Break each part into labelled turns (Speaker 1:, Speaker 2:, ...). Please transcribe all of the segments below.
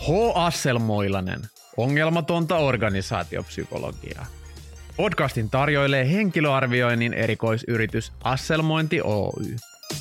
Speaker 1: H. Asselmoilanen, ongelmatonta organisaatiopsykologiaa. Podcastin tarjoilee henkilöarvioinnin erikoisyritys Asselmointi Oy.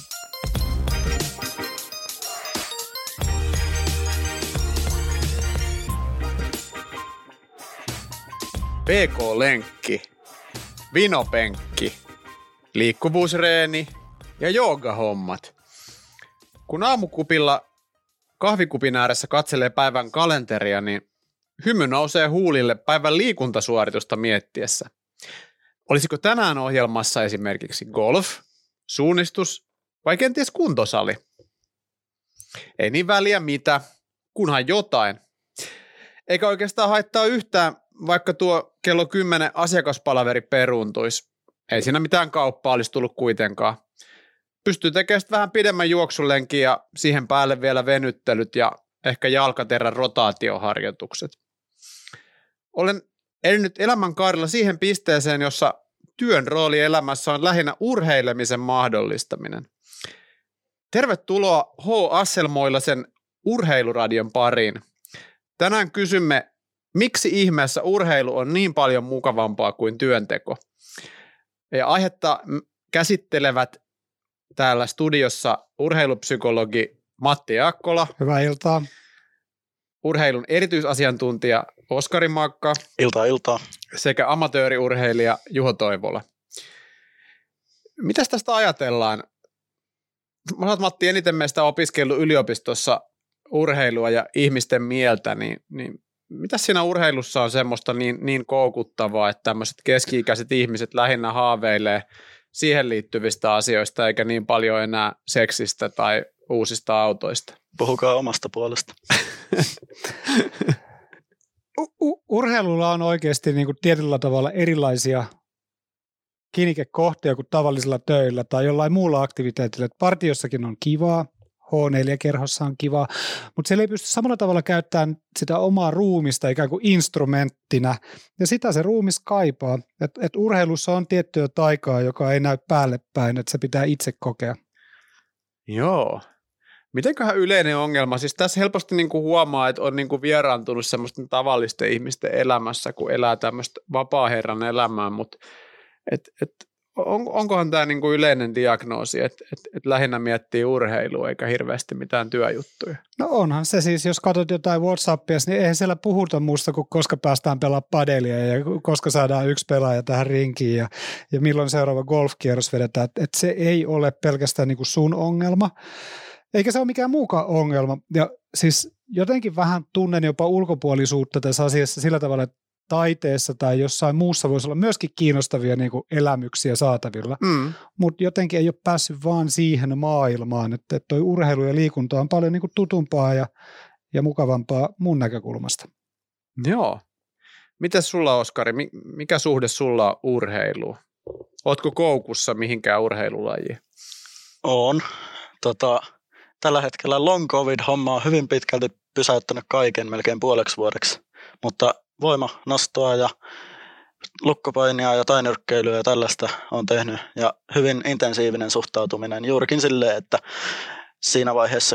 Speaker 2: PK-lenkki, vinopenkki, liikkuvuusreeni ja joogahommat. Kun aamukupilla kahvikupin ääressä katselee päivän kalenteria, niin hymy nousee huulille päivän liikuntasuoritusta miettiessä. Olisiko tänään ohjelmassa esimerkiksi golf, suunnistus vai kenties kuntosali? Ei niin väliä mitä, kunhan jotain. Eikä oikeastaan haittaa yhtään, vaikka tuo kello 10 asiakaspalaveri peruuntuisi. Ei siinä mitään kauppaa olisi tullut kuitenkaan. Pystyy tekemään vähän pidemmän juoksulenkin ja siihen päälle vielä venyttelyt ja ehkä jalkaterän rotaatioharjoitukset. Olen edennyt elämänkaarella siihen pisteeseen, jossa työn rooli elämässä on lähinnä urheilemisen mahdollistaminen. Tervetuloa H. Asselmoilasen urheiluradion pariin. Tänään kysymme, miksi ihmeessä urheilu on niin paljon mukavampaa kuin työnteko. Ja aihetta käsittelevät täällä studiossa urheilupsykologi Matti Jaakkola.
Speaker 3: Hyvää iltaa.
Speaker 2: Urheilun erityisasiantuntija Oskari Maakka.
Speaker 4: Iltaa.
Speaker 2: Sekä amatööriurheilija Juho Toivola. Mitäs tästä ajatellaan? Mä olet, Matti, eniten meistä opiskellut yliopistossa urheilua ja ihmisten mieltä, niin mitäs siinä urheilussa on semmoista niin koukuttavaa, että tämmöiset keski-ikäiset ihmiset lähinnä haaveilee siihen liittyvistä asioista, eikä niin paljon enää seksistä tai uusista autoista?
Speaker 4: Puhukaa omasta puolesta.
Speaker 3: Urheilulla on oikeasti niin kuin tietyllä tavalla erilaisia kiinnikekohtia kuin tavallisilla töillä tai jollain muulla aktiviteetilla. Partiossakin on kivaa, H4-kerhossa on kivaa, mutta siellä ei pysty samalla tavalla käyttämään sitä omaa ruumista ikään kuin instrumenttina, ja sitä se ruumis kaipaa. Et urheilussa on tiettyä taikaa, joka ei näy päälle päin, että se pitää itse kokea.
Speaker 2: Joo. Mitenköhän yleinen ongelma? Siis tässä helposti niinku huomaa, että on niinku vieraantunut semmoisten tavallisten ihmisten elämässä, kun elää tämmöistä vapaa-herran elämää, mutta onkohan tämä niinku yleinen diagnoosi, että lähinnä miettii urheilua eikä hirveästi mitään työjuttuja?
Speaker 3: No onhan se siis, jos katsot jotain WhatsAppia, niin eihän siellä puhuta muusta kuin koska päästään pelaamaan padelia ja koska saadaan yksi pelaaja tähän rinkiin ja milloin seuraava golfkierros vedetään. Että se ei ole pelkästään niinku sun ongelma, eikä se ole mikään muukaan ongelma. Ja siis jotenkin vähän tunnen jopa ulkopuolisuutta tässä asiassa sillä tavalla, että taiteessa tai jossain muussa voisi olla myöskin kiinnostavia niin kuin elämyksiä saatavilla, mutta jotenkin ei ole päässyt vaan siihen maailmaan, että toi urheilu ja liikunta on paljon niin kuin tutumpaa ja mukavampaa mun näkökulmasta.
Speaker 2: Joo. Mitäs sulla, Oskari? Mikä suhde sulla on urheiluun? Ootko koukussa mihinkään urheilulajiin?
Speaker 4: On. Tällä hetkellä long covid-homma on hyvin pitkälti pysäyttänyt kaiken melkein puoleksi vuodeksi, mutta voimanostoa ja lukkopainia ja tainyrkkeilyä ja tällaista on tehnyt ja hyvin intensiivinen suhtautuminen juurikin silleen, että siinä vaiheessa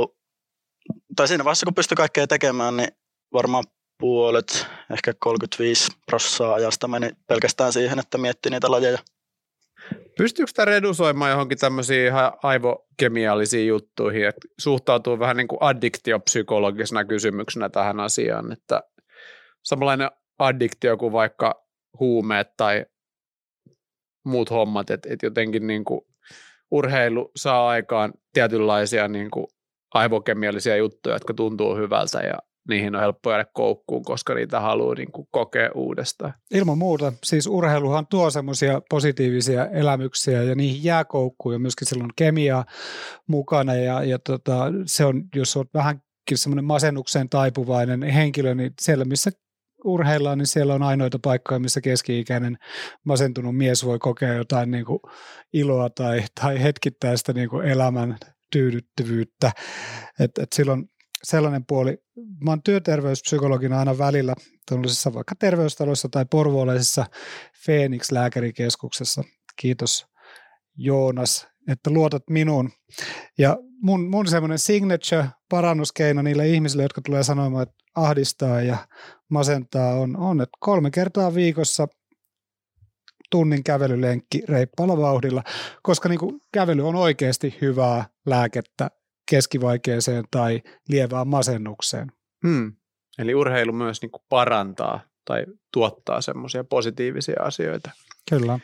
Speaker 4: kun pystyi kaikkea tekemään, niin varmaan puolet, ehkä 35% ajasta meni pelkästään siihen, että mietti niitä lajeja.
Speaker 2: Pystyykö tämä redusoimaan johonkin tämmöisiin ihan aivokemiallisiin juttuihin, että suhtautuu vähän niin kuin addiktiopsykologisena kysymyksenä tähän asiaan, että samanlainen addiktio kuin vaikka huumeet tai muut hommat, että jotenkin niin kuin urheilu saa aikaan tietynlaisia niin kuin aivokemiallisia juttuja, jotka tuntuu hyvältä ja niihin on helppo jäädä koukkuun, koska niitä haluaa niin kuin kokea uudestaan. Ilman
Speaker 3: muuta. Siis urheiluhan tuo semmoisia positiivisia elämyksiä ja niihin jää koukkuun ja myöskin silloin kemiaa mukana ja se on, jos olet vähänkin semmoinen masennukseen taipuvainen henkilö, niin siellä missä urheillaan, niin siellä on ainoita paikkoja, missä keski-ikäinen masentunut mies voi kokea jotain niin kuin iloa tai hetkittäistä niin kuin elämän tyydyttävyyttä. Et silloin sellainen puoli. Mä oon työterveyspsykologina aina välillä tuollaisessa vaikka terveystalossa tai porvoolaisessa Phoenix-lääkärikeskuksessa. Kiitos Joonas, että luotat minuun. Ja mun semmoinen signature parannuskeino niille ihmisille, jotka tulee sanomaan, että ahdistaa ja masentaa on että 3 kertaa viikossa tunnin kävelylenkki reippaalla vauhdilla, koska niin kuin kävely on oikeasti hyvää lääkettä keskivaikeeseen tai lievään masennukseen.
Speaker 2: Eli urheilu myös niin kuin parantaa tai tuottaa semmoisia positiivisia asioita.
Speaker 3: Kyllä.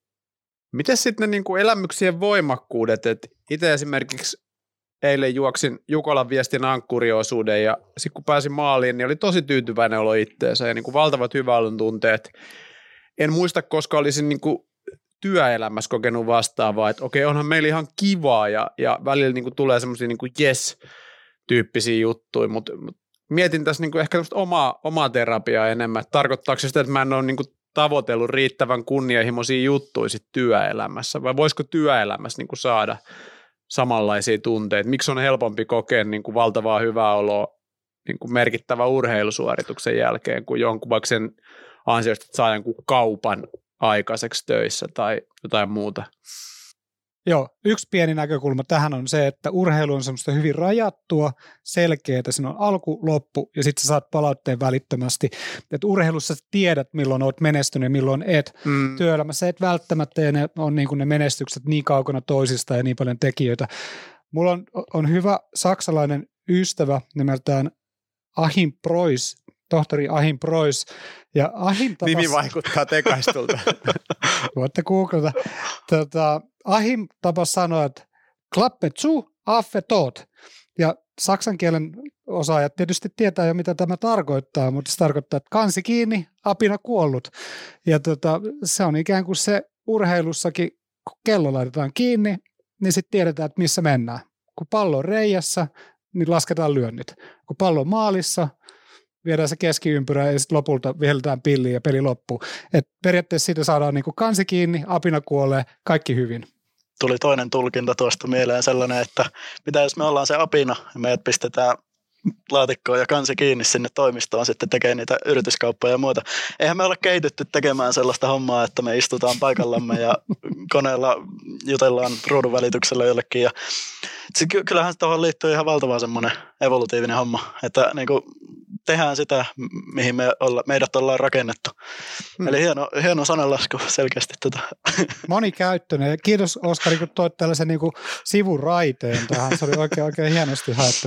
Speaker 2: Miten sitten ne niin kuin elämyksien voimakkuudet? Et itse esimerkiksi eilen juoksin Jukolan viestin ankkuriosuuden ja sitten kun pääsin maaliin, niin oli tosi tyytyväinen olo itteensä ja niin kuin valtavat hyväolon tunteet. En muista, koska olisin niin kuin työelämässä kokenut vastaavaa, että okei, onhan meillä ihan kivaa ja välillä niin kuin tulee semmoisia niin kuin yes-tyyppisiä juttuja, mutta mietin tässä niin kuin ehkä omaa terapiaa enemmän, että tarkoittaako se sitä, että mä en ole niin kuin tavoitellut riittävän kunnianhimoisia juttuja sit työelämässä, vai voisiko työelämässä niin kuin saada samanlaisia tunteita? Miksi on helpompi kokea niin kuin valtavaa hyvää oloa niin kuin merkittävän urheilusuorituksen jälkeen, kuin jonkun vaikka sen ansiosta, että saa jonkun kaupan aikaiseksi töissä tai jotain muuta?
Speaker 3: Joo, yksi pieni näkökulma tähän on se, että urheilu on semmoista hyvin rajattua, selkeää, siinä on alku, loppu ja sitten sä saat palautteen välittömästi. Että urheilussa sä tiedät, milloin oot menestynyt ja milloin et. Työelämässä et välttämättä ja ne on niin kuin ne menestykset niin kaukana toisista ja niin paljon tekijöitä. Mulla on hyvä saksalainen ystävä nimeltään Achim Preuss, tohtori Achim Preuss. Ja Achim
Speaker 2: Nimi vaikuttaa tekaistulta.
Speaker 3: Voitte googlata. Achim tapas sanoa, että klappe zu, affe tot. Ja saksan kielen osaajat tietysti tietää jo, mitä tämä tarkoittaa, mutta se tarkoittaa, että kansi kiinni, apina kuollut. Ja se on ikään kuin se urheilussakin, kun kello laitetaan kiinni, niin sitten tiedetään, että missä mennään. Kun pallo on reijässä, niin lasketaan lyönnit. Kun pallo on maalissa, viedään se keskiympyrä ja sitten lopulta vihelletään pilliin ja peli loppuu. Et periaatteessa siitä saadaan niinku kansi kiinni, apina kuolee, kaikki hyvin.
Speaker 4: Tuli toinen tulkinta tuosta mieleen sellainen, että mitä jos me ollaan se apina ja meidät pistetään laatikkoon ja kansi kiinni sinne toimistoon sitten tekee niitä yrityskauppoja ja muuta. Eihän me ole kehitytty tekemään sellaista hommaa, että me istutaan paikallamme ja koneella jutellaan ruudun välityksellä jollekin. Ja kyllähän tuohon liittyy ihan valtava semmoinen evolutiivinen homma, että niin kuin tehdään sitä, mihin meidät ollaan rakennettu. Eli hieno sananlasku selkeästi.
Speaker 3: Monikäyttöinen. Ja kiitos Oskari, kun toit tällaisen niin kuin sivuraiteen tähän. Se oli oikein hienosti haettu.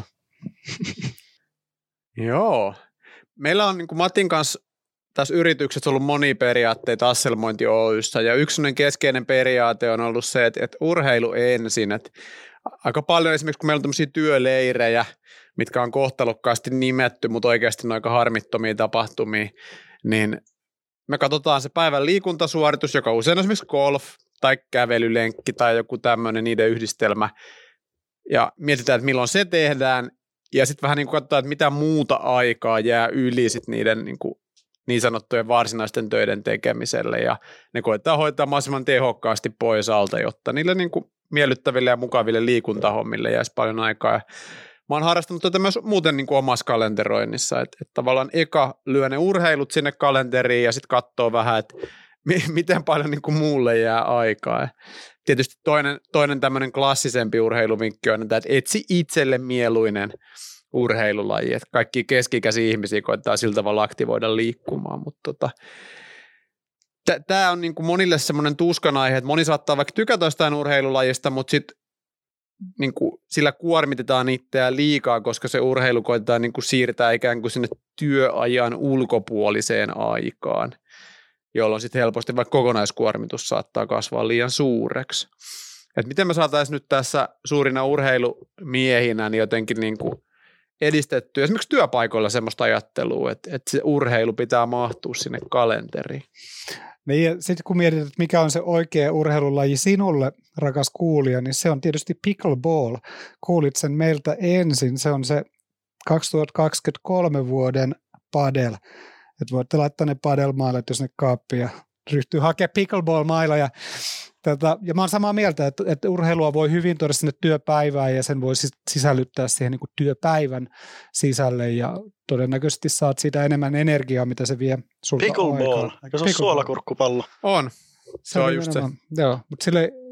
Speaker 2: Joo. Meillä on niin kuin Matin kanssa tässä yrityksessä ollut monia periaatteita Asselmointi Oy:ssä ja yksi keskeinen periaate on ollut se, että urheilu ensin. Että aika paljon esimerkiksi, kun meillä on tämmöisiä työleirejä, mitkä on kohtalokkaasti nimetty, mutta oikeasti ne on aika harmittomia tapahtumia, niin me katsotaan se päivän liikuntasuoritus, joka usein on esimerkiksi golf tai kävelylenkki tai joku tämmöinen niiden yhdistelmä, ja mietitään, että milloin se tehdään, ja sitten vähän niin kuin katsotaan, että mitä muuta aikaa jää yli sit niiden niin sanottujen varsinaisten töiden tekemiselle, ja ne koetaan hoitaa mahdollisimman tehokkaasti pois alta, jotta niille niin kuin miellyttäville ja mukaville liikuntahommille jäisi paljon aikaa. Ja mä oon harrastanut tätä myös muuten niin kuin omassa kalenteroinnissa, että tavallaan eka lyö ne urheilut sinne kalenteriin ja sitten katsoo vähän, että miten paljon niin kuin muulle jää aikaa. Ja tietysti toinen tämmöinen klassisempi urheiluvinkki on, että etsi itselle mieluinen urheilulaji, että kaikki keski-ikäisiä ihmisiä koittaa sillä tavalla aktivoida liikkumaan, mutta tämä on niin kuin monille semmoinen tuskan aihe, että moni saattaa vaikka tykätä jostain urheilulajista, mutta sitten niin kuin sillä kuormitetaan itseään liikaa, koska se urheilu koitetaan niin kuin siirtää ikään kuin sinne työajan ulkopuoliseen aikaan, jolloin sitten helposti vaikka kokonaiskuormitus saattaa kasvaa liian suureksi. Et miten me saataisiin nyt tässä suurina urheilumiehinä niin jotenkin niin kuin edistettyä esimerkiksi työpaikoilla semmoista ajattelua, että se urheilu pitää mahtua sinne kalenteriin.
Speaker 3: Niin ja sitten kun mietit, että mikä on se oikea urheilulaji sinulle, rakas kuulija, niin se on tietysti pickleball. Kuulit sen meiltä ensin, se on se 2023 vuoden padel. Että voitte laittaa ne padelmailat, jos ne kaappiin ja ryhtyy hakemaan pickleball-mailla. Ja mä oon samaa mieltä, että urheilua voi hyvin tuoda sinne työpäivään ja sen voi sisällyttää siihen niin kuin työpäivän sisälle ja todennäköisesti saat siitä enemmän energiaa, mitä se vie sulta
Speaker 4: Pickleball, eikö se ole suolakurkkupallo?
Speaker 2: On, se on just se.
Speaker 3: Joo, mutta sille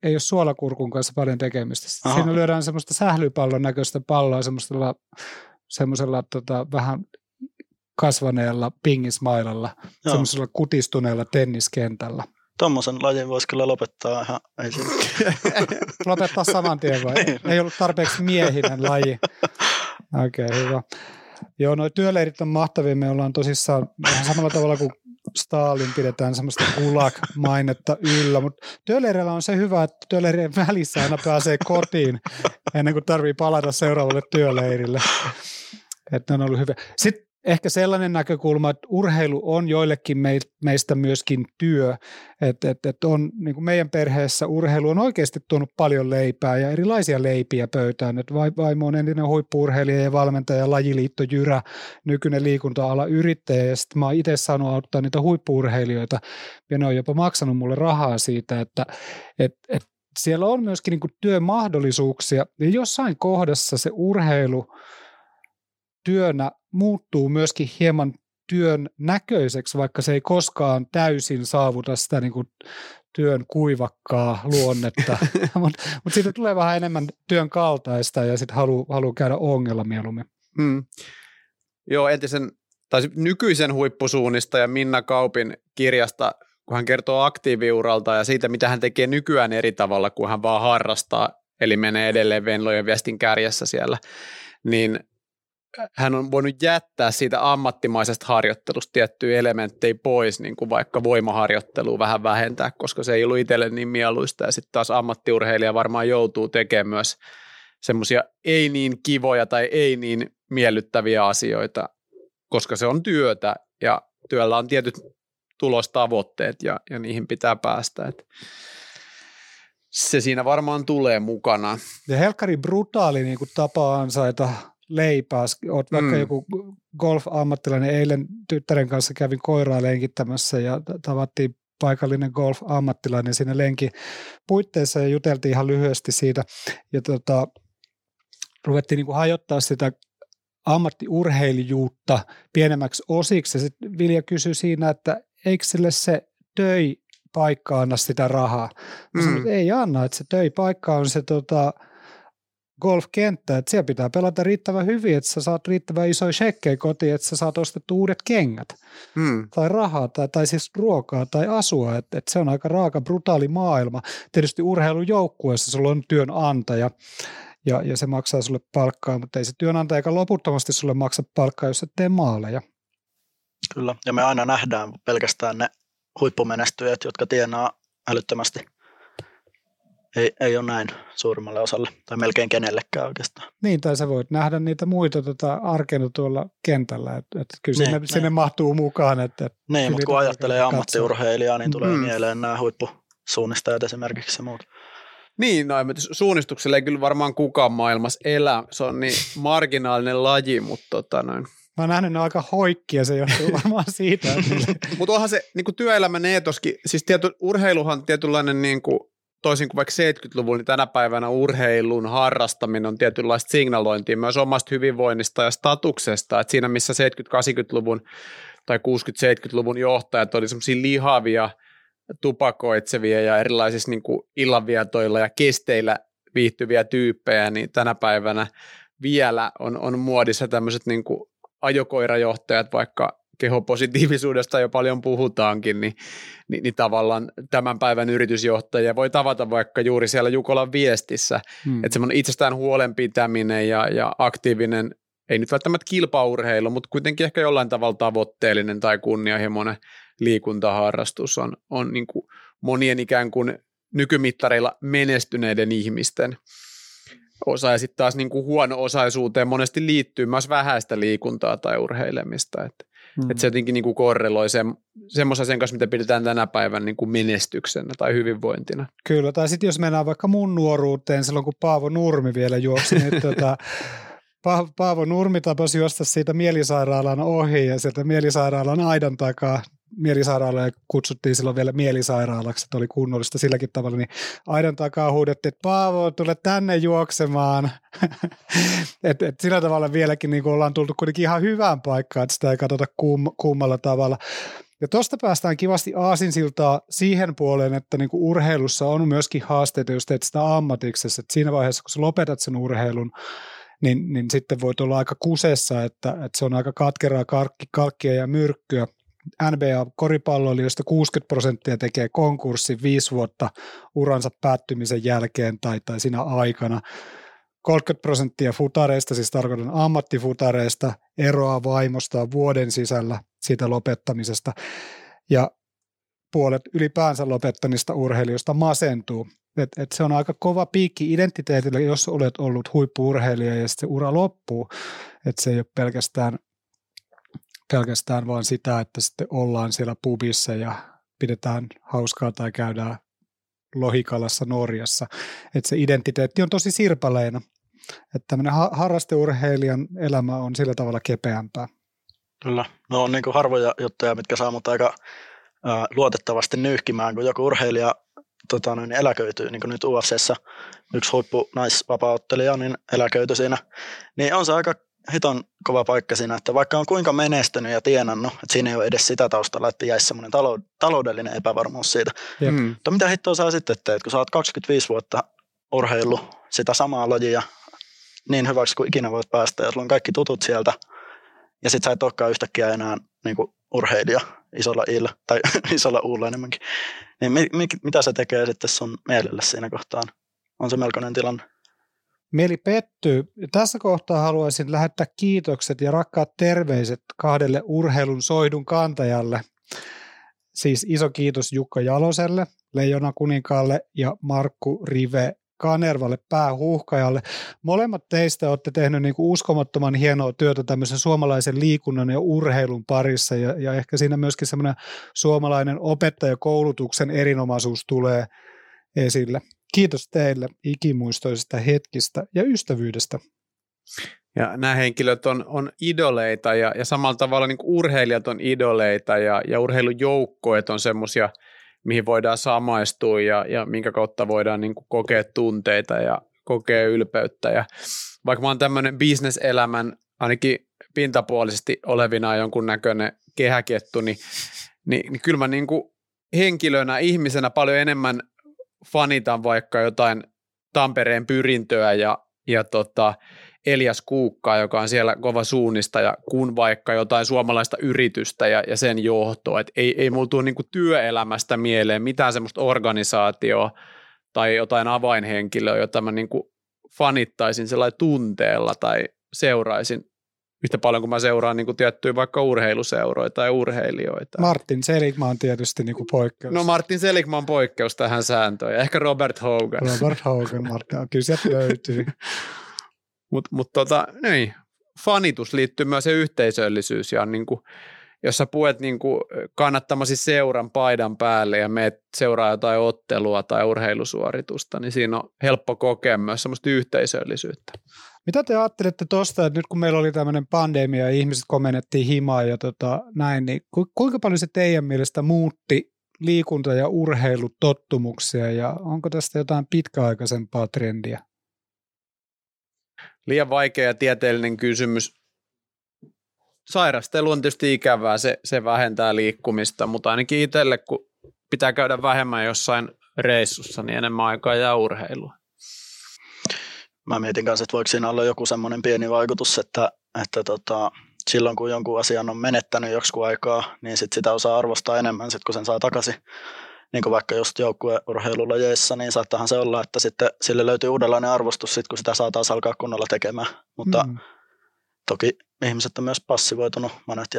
Speaker 3: ei ole suolakurkun kanssa paljon tekemistä. Siinä lyödään semmoista sählypallon näköistä palloa semmoisella vähän kasvaneella pingismailalla, semmoisella kutistuneella tenniskentällä.
Speaker 4: Tuommoisen lajin voisi kyllä lopettaa ihan ei
Speaker 3: Lopettaa saman tien vai? Niin. Ei ollut tarpeeksi miehinen laji. Okei, hyvä. Joo, noi työleirit on mahtavia. Me ollaan tosissaan vähän samalla tavalla kuin Stalin pidetään semmoista gulag-mainetta yllä, mutta työleireillä on se hyvä, että työleirien välissä aina pääsee kotiin ennen kuin tarvii palata seuraavalle työleirille. Että on ollut hyvä. Sitten ehkä sellainen näkökulma, että urheilu on joillekin meistä myöskin työ, että on niin kuin meidän perheessä urheilu on oikeasti tuonut paljon leipää ja erilaisia leipiä pöytään, että vaimo on entinen huippu-urheilija ja valmentaja, Lajiliitto Jyrä, nykyinen liikunta-ala yrittäjä ja sitten mä oon itse saanut auttaa niitä huippu-urheilijoita ja ne on jopa maksanut mulle rahaa siitä, että siellä on myöskin niin kuin työmahdollisuuksia ja jossain kohdassa se urheilu työnä muuttuu myöskin hieman työn näköiseksi, vaikka se ei koskaan täysin saavuta sitä niin kuin työn kuivakkaa luonnetta, mutta siitä tulee vähän enemmän työn kaltaista ja sitten haluaa käydä ongella mieluummin.
Speaker 2: Joo, nykyisen huippusuunnistajan Minna Kaupin kirjasta, kun hän kertoo aktiiviuralta ja siitä, mitä hän tekee nykyään eri tavalla, kun hän vaan harrastaa, eli menee edelleen Venlojen viestin kärjessä siellä, niin hän on voinut jättää siitä ammattimaisesta harjoittelusta tiettyjä elementtejä pois, niin kuin vaikka voimaharjoittelua vähän vähentää, koska se ei ollut itselle niin mieluista. Ja sitten taas ammattiurheilija varmaan joutuu tekemään myös semmoisia ei niin kivoja tai ei niin miellyttäviä asioita, koska se on työtä ja työllä on tietyt tulostavoitteet ja niihin pitää päästä. Et se siinä varmaan tulee mukana.
Speaker 3: Ja helkkari brutaali niin kuin tapa ansaita leipää. Olet vaikka joku golf-ammattilainen. Eilen tyttären kanssa kävin koiraa lenkittämässä ja tavattiin paikallinen golf-ammattilainen siinä lenkin puitteissa ja juteltiin ihan lyhyesti siitä. Ja ruvettiin niin kuin hajottaa sitä ammattiurheilijuutta pienemmäksi osiksi. Ja sitten Vilja kysyi siinä, että eikö sille se töipaikka anna sitä rahaa? Mä sanoin, että ei anna, että se töipaikka on se golfkenttä, että siellä pitää pelata riittävän hyvin, että sä saat riittävän isoja shekkejä kotiin, että sä saat ostettu uudet kengät tai rahaa tai siis ruokaa tai asua, että se on aika raaka, brutaali maailma. Tietysti urheilujoukkueessa sulla on työnantaja ja se maksaa sulle palkkaa, mutta ei se työnantaja eikä loputtomasti sulle maksa palkkaa, jos et tee maaleja.
Speaker 4: Kyllä, ja me aina nähdään pelkästään ne huippumenestyjät, jotka tienaa älyttömästi. Ei ole näin suurimmalle osalle, tai melkein kenellekään oikeastaan.
Speaker 3: Niin, tai sä voit nähdä niitä muita arkena tuolla kentällä, että kyllä sinne mahtuu mukaan.
Speaker 4: Niin, mutta kun ajattelee ammattiurheilijaa, niin tulee mieleen nämä huippusuunnistajat esimerkiksi ja muut.
Speaker 2: Niin, suunnistuksella ei kyllä varmaan kukaan maailmassa elä, se on niin marginaalinen laji, mutta
Speaker 3: Mä oon nähnyt ne aika hoikkia, se johtuu varmaan siitä.
Speaker 2: Mutta onhan se niin kuin työelämän eetoskin, siis urheiluhan tietynlainen niin kuin toisin kuin vaikka 70-luvulla, niin tänä päivänä urheilun harrastaminen on tietynlaista signalointia myös omasta hyvinvoinnista ja statuksesta, että siinä missä 70-80-luvun tai 60-70-luvun johtajat oli semmoisia lihavia, tupakoitsevia ja erilaisissa niin kuin illanvietoilla ja kesteillä viihtyviä tyyppejä, niin tänä päivänä vielä on muodissa tämmöiset niin kuin ajokoirajohtajat, vaikka kehopositiivisuudesta jo paljon puhutaankin, niin tavallaan tämän päivän yritysjohtajia voi tavata vaikka juuri siellä Jukolan viestissä, että semmoinen itsestään huolenpitäminen ja aktiivinen, ei nyt välttämättä kilpaurheilu, mutta kuitenkin ehkä jollain tavalla tavoitteellinen tai kunnianhimoinen liikuntaharrastus on niin kuin monien ikään kuin nykymittareilla menestyneiden ihmisten osa, ja sitten taas niin kuin huono-osaisuuteen monesti liittyy myös vähäistä liikuntaa tai urheilemista, että se jotenkin niin kuin korreloi semmoisen asian kanssa, mitä pidetään tänä päivänä niin kuin menestyksenä tai hyvinvointina.
Speaker 3: Kyllä, tai sitten jos mennään vaikka mun nuoruuteen, silloin kun Paavo Nurmi vielä juoksi, niin Paavo Nurmi tapasi juosta siitä mielisairaalan ohi ja sieltä mielisairaalan aidan takaa, mielisairaalalle kutsuttiin silloin vielä mielisairaalaksi, että oli kunnollista silläkin tavalla, niin aidan takaa huudettiin, että Paavo, tule tänne juoksemaan. et sillä tavalla vieläkin niin ollaan tultu kuitenkin ihan hyvään paikkaan, että sitä ei katsota kummalla tavalla. Ja tuosta päästään kivasti aasinsiltaa siihen puoleen, että niin kuin urheilussa on myöskin haasteita, jos teet sitä ammatiksessa. Että siinä vaiheessa, kun sä lopetat sen urheilun, niin sitten voit olla aika kusessa, että se on aika katkeraa kalkkia ja myrkkyä. NBA-koripalloilijoista 60% tekee konkurssin 5 vuotta uransa päättymisen jälkeen tai siinä aikana. 30% futareista, siis tarkoitan ammattifutareista, eroaa vaimostaan vuoden sisällä siitä lopettamisesta. Ja puolet ylipäänsä lopettanista urheilijoista masentuu. Et se on aika kova piikki identiteetille, jos olet ollut huippu-urheilija ja sitten se ura loppuu. Et se ei ole pelkästään vaan sitä, että sitten ollaan siellä pubissa ja pidetään hauskaa tai käydään lohikalassa Norjassa. Että se identiteetti on tosi sirpaleina. Että tämmöinen harrasteurheilijan elämä on sillä tavalla kepeämpää.
Speaker 4: Kyllä. No on niin kuin harvoja juttuja, mitkä saa mut aika luotettavasti nyyhkimään, kun joku urheilija eläköityy, niin kuin nyt UFC:ssä yksi huippunaisvapaa-ottelija niin eläköityi siinä, niin on se aika hiton kova paikka siinä, että vaikka on kuinka menestynyt ja tienannut, että siinä ei ole edes sitä taustalla, että jäisi semmoinen taloudellinen epävarmuus siitä. Mutta mitä hittoa sä sitten teet, kun sä oot 25 vuotta urheillut sitä samaa lajia niin hyväksi kuin ikinä voit päästä, ja sulla on kaikki tutut sieltä, ja sit sä et olekaan yhtäkkiä enää niin kuin urheilija isolla iillä, tai isolla uulla enemmänkin. Niin mitä se tekee sitten sun mielelle siinä kohtaan? On se melkoinen tilanne.
Speaker 3: Mieli pettyy. Tässä kohtaa haluaisin lähettää kiitokset ja rakkaat terveiset 2 urheilun soidun kantajalle. Siis iso kiitos Jukka Jaloselle, Leijona Kuninkaalle ja Markku Rive Kanervalle, päähuuhkajalle. Molemmat teistä olette tehneet niin kuin uskomattoman hienoa työtä tämmöisen suomalaisen liikunnan ja urheilun parissa ja ehkä siinä myöskin semmoinen suomalainen opettajakoulutuksen erinomaisuus tulee esille. Kiitos teille ikimuistoisista hetkistä ja ystävyydestä.
Speaker 2: Ja nämä henkilöt on idoleita ja samalla tavalla niin kuin urheilijat on idoleita ja urheilujoukkoet on semmoisia, mihin voidaan samaistua ja minkä kautta voidaan niin kuin kokea tunteita ja kokea ylpeyttä. Ja vaikka mä oon tämmöinen bisneselämän ainakin pintapuolisesti olevinaan jonkunnäköinen kehäkettu, niin kyllä mä niin kuin henkilönä, ihmisenä paljon enemmän fanitan vaikka jotain Tampereen Pyrintöä ja Elias Kuukkaa, joka on siellä kova suunnistaja, kun vaikka jotain suomalaista yritystä ja sen johtoa. Et ei mulla tule niinku työelämästä mieleen mitään semmoista organisaatioa tai jotain avainhenkilöä, jota mä niinku fanittaisin sellainen tunteella tai seuraisin yhtä paljon kuin mä seuraan niinku tiettyjä vaikka urheiluseuroja tai urheilijoita.
Speaker 3: Martin Seligman tietysti niinku poikkeus.
Speaker 2: No Martin Seligman poikkeus tähän sääntöön ja ehkä Robert Hogan.
Speaker 3: Martin, kyllä sieltä löytyy.
Speaker 2: Mutta niin, fanitus liittyy myös se yhteisöllisyys ja niinku, jos sä puet niinku kannattamasi seuran paidan päälle ja meet seuraa jotain ottelua tai urheilusuoritusta, niin siinä on helppo kokea myös semmoista yhteisöllisyyttä.
Speaker 3: Mitä te ajattelette tuosta, että nyt kun meillä oli tämmöinen pandemia ja ihmiset komennettiin himaa ja näin, niin kuinka paljon se teidän mielestä muutti liikunta- ja urheilutottumuksia ja onko tästä jotain pitkäaikaisempaa trendiä?
Speaker 2: Liian vaikea ja tieteellinen kysymys. Sairastelu on tietysti ikävää, se vähentää liikkumista, mutta ainakin itselle, kun pitää käydä vähemmän jossain reissussa, niin enemmän aikaa jää urheilua.
Speaker 4: Mä mietin kanssa, että voiko siinä olla joku semmoinen pieni vaikutus, että silloin kun jonkun asian on menettänyt joskus aikaa, niin sit sitä osaa arvostaa enemmän, sit kun sen saa takaisin. Niin kuin vaikka just joukkueurheilulajeissa, niin saattahan se olla, että sitten sille löytyy uudenlainen arvostus, sit kun sitä saa taas alkaa kunnolla tekemään. Mutta toki ihmiset on myös passivoitunut monet.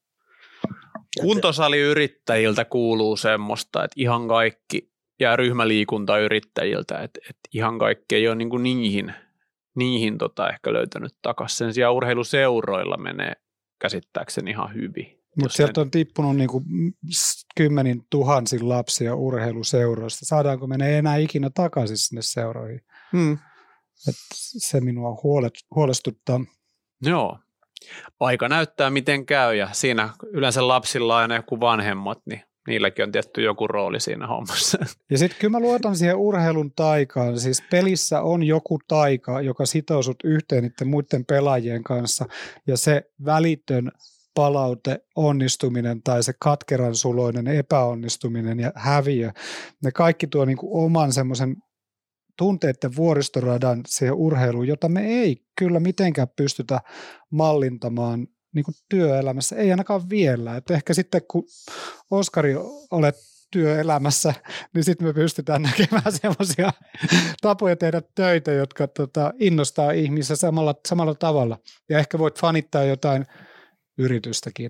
Speaker 2: Kuntosaliyrittäjiltä kuuluu semmoista, että ihan kaikki, ja ryhmäliikuntayrittäjiltä, että ihan kaikki ei ole niin kuin niihin ehkä löytänyt takaisin. Sen sijaan urheiluseuroilla menee käsittääkseni ihan hyvin.
Speaker 3: Mutta sieltä on tippunut niinku 10 000 lapsia urheiluseuroista. Saadaanko menee enää ikinä takaisin sinne seuroihin? Et se minua huolestuttaa.
Speaker 2: Joo. Aika näyttää miten käy ja siinä yleensä lapsilla on joku vanhemmat, niin niilläkin on tietty joku rooli siinä hommassa.
Speaker 3: Ja sitten kyllä mä luotan siihen urheilun taikaan. Siis pelissä on joku taika, joka sitoo sut yhteen niiden muiden pelaajien kanssa ja se välitön palaute, onnistuminen tai se katkeran suloinen epäonnistuminen ja häviö, ne kaikki tuo niin kuin oman semmoisen tunteiden vuoristoradan siihen urheiluun, jota me ei kyllä mitenkään pystytä mallintamaan niin kuin työelämässä, ei ainakaan vielä. Et ehkä sitten kun Oskari olet työelämässä, niin sitten me pystytään näkemään semmoisia tapoja tehdä töitä, jotka innostaa ihmisiä samalla tavalla. Ja ehkä voit fanittaa jotain yritystäkin.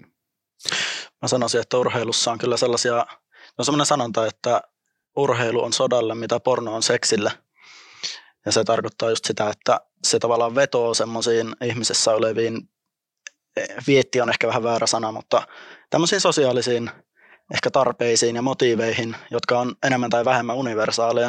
Speaker 4: Mä sanoisin, että urheilussa on kyllä sellaisia, on semmoinen sanonta, että urheilu on sodalle, mitä porno on seksille. Ja se tarkoittaa just sitä, että se tavallaan vetoo semmoisiin ihmisessä oleviin, vietti on ehkä vähän väärä sana, mutta tämmöisiin sosiaalisiin ehkä tarpeisiin ja motiiveihin, jotka on enemmän tai vähemmän universaaleja.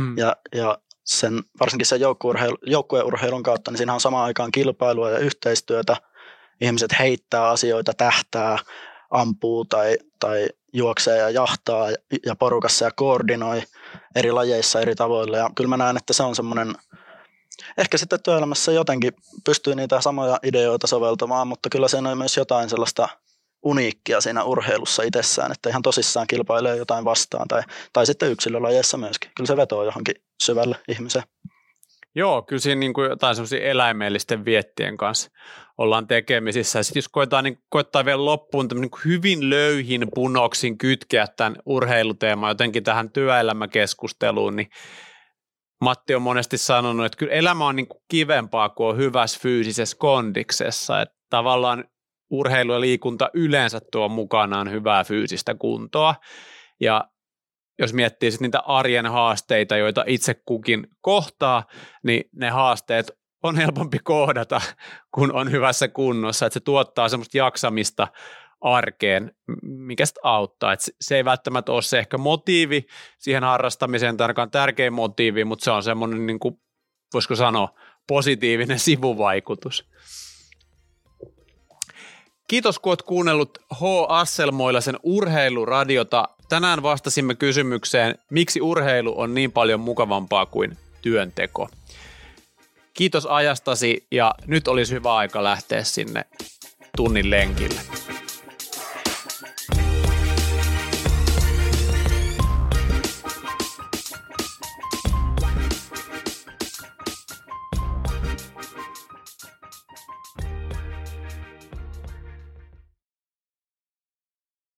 Speaker 4: Ja sen, varsinkin sen joukkueurheilun kautta, niin siinä on samaan aikaan kilpailua ja yhteistyötä. Ihmiset heittää asioita, tähtää, ampuu tai juoksee ja jahtaa ja porukassa ja koordinoi eri lajeissa eri tavoilla. Ja kyllä mä näen, että se on semmoinen, ehkä sitten työelämässä jotenkin pystyy niitä samoja ideoita soveltamaan, mutta kyllä siinä on myös jotain sellaista uniikkia siinä urheilussa itsessään, että ihan tosissaan kilpailee jotain vastaan tai sitten yksilölajeissa myöskin. Kyllä se vetoo johonkin syvälle ihmiseen.
Speaker 2: Joo, kyllä siinä niin kuin jotain semmoisia eläimellisten viettien kanssa ollaan tekemisissä. Ja sitten jos koittaa vielä loppuun niin kuin hyvin löyhin punoksin kytkeä tämän urheiluteeman jotenkin tähän työelämäkeskusteluun, niin Matti on monesti sanonut, että kyllä elämä on niin kuin kivempaa kuin on hyvässä fyysisessä kondiksessa. Että tavallaan urheilu ja liikunta yleensä tuo mukanaan hyvää fyysistä kuntoa. Ja jos miettii sitten niitä arjen haasteita, joita itse kukin kohtaa, niin ne haasteet on helpompi kohdata, kun on hyvässä kunnossa. Että se tuottaa semmoista jaksamista arkeen, mikä sitten auttaa. Että se ei välttämättä ole se ehkä motiivi siihen harrastamiseen, tai ainakaan tärkein motiivi, mutta se on semmoinen, niin kuin, voisiko sanoa, positiivinen sivuvaikutus. Kiitos, kun olet kuunnellut H. Asselmoilaisen urheiluradiota. Tänään vastasimme kysymykseen, miksi urheilu on niin paljon mukavampaa kuin työnteko. Kiitos ajastasi ja nyt olisi hyvä aika lähteä sinne tunnin lenkille.